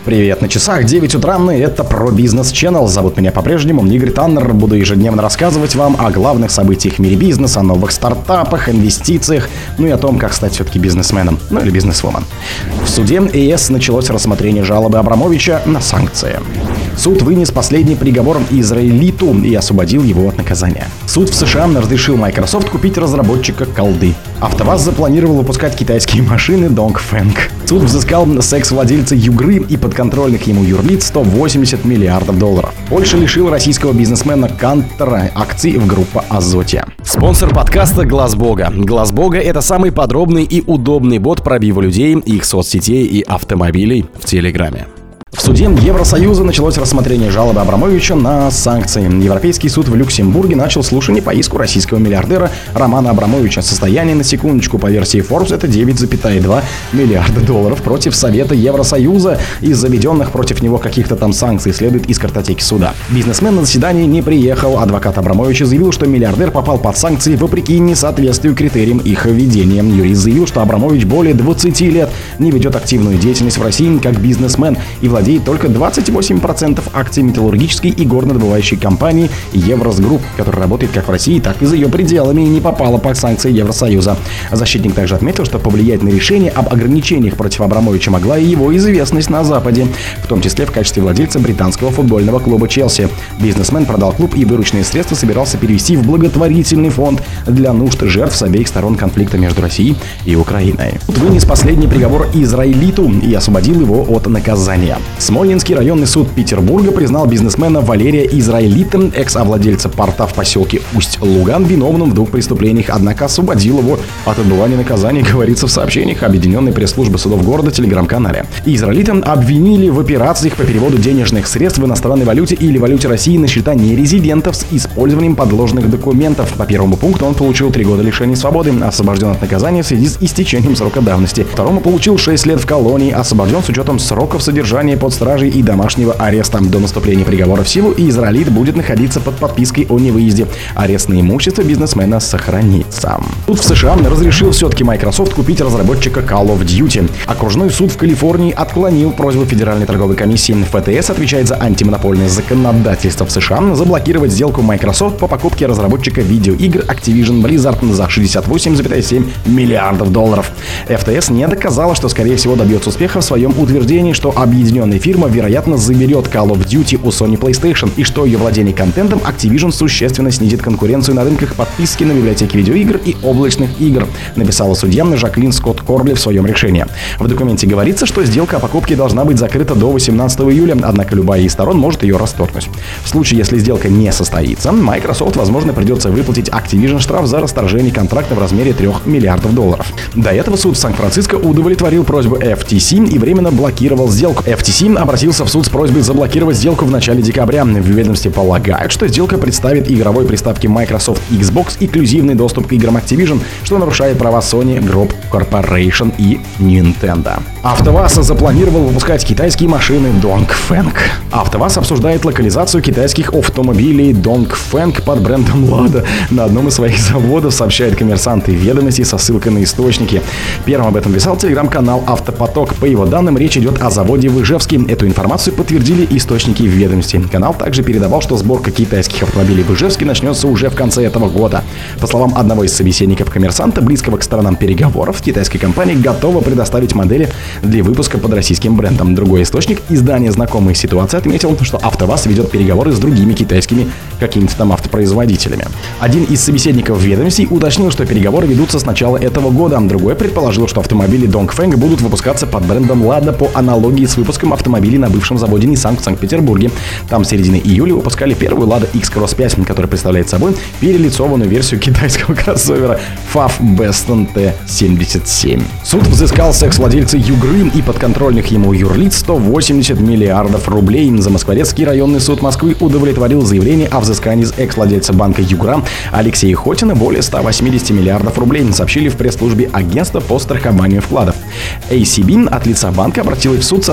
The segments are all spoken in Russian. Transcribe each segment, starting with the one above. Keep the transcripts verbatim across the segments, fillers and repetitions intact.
Привет, на часах девять утра, и это про бизнес Channel. Зовут меня по-прежнему Игорь Таннер. Буду ежедневно рассказывать вам о главных событиях в мире бизнеса, о новых стартапах, инвестициях, ну и о том, как стать все-таки бизнесменом, ну или бизнесвумен. В суде ЕС началось рассмотрение жалобы Абрамовича на санкции. Суд вынес последний приговор израилиту и освободил его от наказания. Суд в США разрешил Microsoft купить разработчика колды. АвтоВАЗ запланировал выпускать китайские машины Dongfeng. Суд взыскал с экс-владельца Югры и подконтрольных ему юрлиц сто восемьдесят миллиардов долларов. Польша лишила российского бизнесмена Кантера акций в группе Азоте. Спонсор подкаста Глаз Бога. Глаз Бога — это самый подробный и удобный бот пробива людей, их соцсетей и автомобилей в Телеграме. В суде Евросоюза началось рассмотрение жалобы Абрамовича на санкции. Европейский суд в Люксембурге начал слушание по иску российского миллиардера Романа Абрамовича. Состояние, на секундочку, по версии Forbes, это девять целых два миллиарда долларов против Совета Евросоюза из заведенных против него каких-то там санкций, следует из картотеки суда. Бизнесмен на заседание не приехал. Адвокат Абрамовича заявил, что миллиардер попал под санкции вопреки несоответствию критериям их введения. Юрист заявил, что Абрамович более двадцати лет не ведет активную деятельность в России как бизнесмен и владеет только двадцать восемь процентов акций металлургической и горнодобывающей компании Евросгрупп, которая работает как в России, так и за ее пределами и не попала под санкции Евросоюза. Защитник также отметил, что повлиять на решение об ограничениях против Абрамовича могла и его известность на Западе, в том числе в качестве владельца британского футбольного клуба Челси. Бизнесмен продал клуб и вырученные средства собирался перевести в благотворительный фонд для нужд жертв с обеих сторон конфликта между Россией и Украиной. Суд вынес последний приговор израилиту и освободил его от наказания. Смольнинский районный суд Петербурга признал бизнесмена Валерия Израилита, экс-владельца порта в поселке Усть-Луган, виновным в двух преступлениях, однако освободил его от отбывания наказания, говорится в сообщениях Объединенной пресс-службы судов города телеграм-канале. Израилита обвинили в операциях по переводу денежных средств в иностранной валюте или валюте России на счета нерезидентов с использованием подложных документов. По первому пункту он получил три года лишения свободы, освобожден от наказания в связи с истечением срока давности. Второму получил шесть лет в колонии, освобожден с учетом сроков содержания под стражей и домашнего ареста. До наступления приговора в силу израилит будет находиться под подпиской о невыезде. Арест на имущество бизнесмена сохранится. Суд в США разрешил все-таки Microsoft купить разработчика Call of Duty. Окружной суд в Калифорнии отклонил просьбу Федеральной торговой комиссии. ФТС отвечает за антимонопольное законодательство в США заблокировать сделку Microsoft по покупке разработчика видеоигр Activision Blizzard за шестьдесят восемь целых семь миллиардов долларов. ФТС не доказала, что скорее всего добьется успеха в своем утверждении, что объединенная фирма, вероятно, заберет Call of Duty у Sony PlayStation и что ее владение контентом Activision существенно снизит конкуренцию на рынках подписки на библиотеки видеоигр и облачных игр, написала судья Жаклин Скотт Корли в своем решении. В документе говорится, что сделка о покупке должна быть закрыта до восемнадцатого июля, однако любая из сторон может ее расторгнуть. В случае, если сделка не состоится, Microsoft, возможно, придется выплатить Activision штраф за расторжение контракта в размере трёх миллиардов долларов. До этого суд в Сан-Франциско удовлетворил просьбу эф ти си и временно блокировал сделку. эф ти си обратился в суд с просьбой заблокировать сделку в начале декабря. В ведомстве полагают, что сделка представит игровой приставке Microsoft Xbox эксклюзивный доступ к играм Activision, что нарушает права Sony Group Corporation и Nintendo. АвтоВАЗ запланировал выпускать китайские машины Dongfeng. АвтоВАЗ обсуждает локализацию китайских автомобилей Dongfeng под брендом Lada на одном из своих заводов, сообщает Коммерсант и Ведомости со ссылкой на источники. Первым об этом писал телеграм-канал Автопоток. По его данным, речь идет о заводе в Ижевске. Эту информацию подтвердили источники в ведомстве. Канал также передавал, что сборка китайских автомобилей в Ижевске начнется уже в конце этого года. По словам одного из собеседников Коммерсанта, близкого к сторонам переговоров, китайская компания готова предоставить модели для выпуска под российским брендом. Другой источник, издание «Знакомые ситуации», отметил, что АвтоВАЗ ведет переговоры с другими китайскими какими-то там автопроизводителями. Один из собеседников ведомостей уточнил, что переговоры ведутся с начала этого года. Другой предположил, что автомобили Dongfeng будут выпускаться под брендом Lada по аналогии с выпуском автомобилей на бывшем заводе Nissan в Санкт-Петербурге. Там с середины июля выпускали первую Lada X-Cross пять, которая представляет собой перелицованную версию китайского кроссовера фав Beston тэ семьдесят семь. Суд взыскал с экс-владельца Югры и подконтрольных ему юрлиц сто восемьдесят миллиардов рублей. Замоскворецкий районный суд Москвы удовлетворил заявление о взыскании с экс-владельца банка Югра Алексея Хотина более ста восьмидесяти миллиардов рублей, сообщили в пресс-службе агентства по страхованию вкладов. эй си би от лица банка обратилась в суд с соответствующим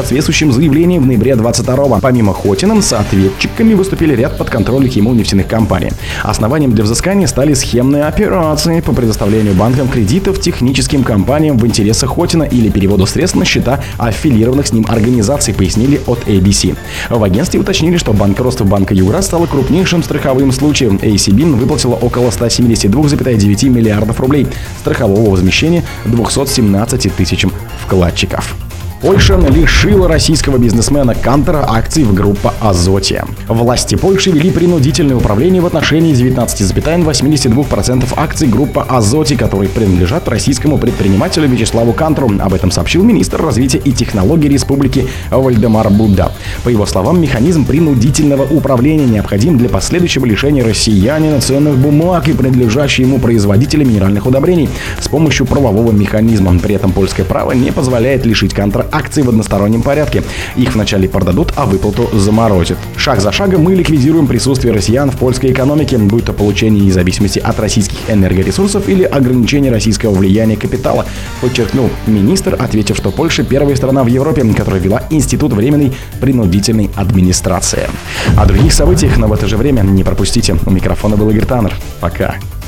своем заявлении в ноябре двадцать второго. Помимо Хотина, с ответчиками выступили ряд подконтрольных ему нефтяных компаний. Основанием для взыскания стали схемные операции по предоставлению банкам кредитов техническим компаниям в интересах Хотина или переводу средств на счета аффилированных с ним организаций, пояснили от эй би си. В агентстве уточнили, что банкротство банка Югра стало крупнейшим страховым случаем. эй си би выплатила около ста семидесяти двух целых девяти десятых миллиардов рублей страхового возмещения двухсот семнадцати тысячам вкладчиков. Польша лишила российского бизнесмена Кантера акций в группе Азоте. Власти Польши вели принудительное управление в отношении девятнадцати целых восьмидесяти двух сотых процента акций группы Азоте, которые принадлежат российскому предпринимателю Вячеславу Кантеру. Об этом сообщил министр развития и технологий республики Вальдемар Будда. По его словам, механизм принудительного управления необходим для последующего лишения россиянина ценных бумаг и принадлежащих ему производителя минеральных удобрений с помощью правового механизма. При этом польское право не позволяет лишить Кантера акции в одностороннем порядке. Их вначале продадут, а выплату заморозят. Шаг за шагом мы ликвидируем присутствие россиян в польской экономике, будь то получение независимости от российских энергоресурсов или ограничение российского влияния капитала, подчеркнул министр, ответив, что Польша первая страна в Европе, которая ввела институт временной принудительной администрации. О других событиях, но в это же время не пропустите. У микрофона был Игорь Таннер. Пока.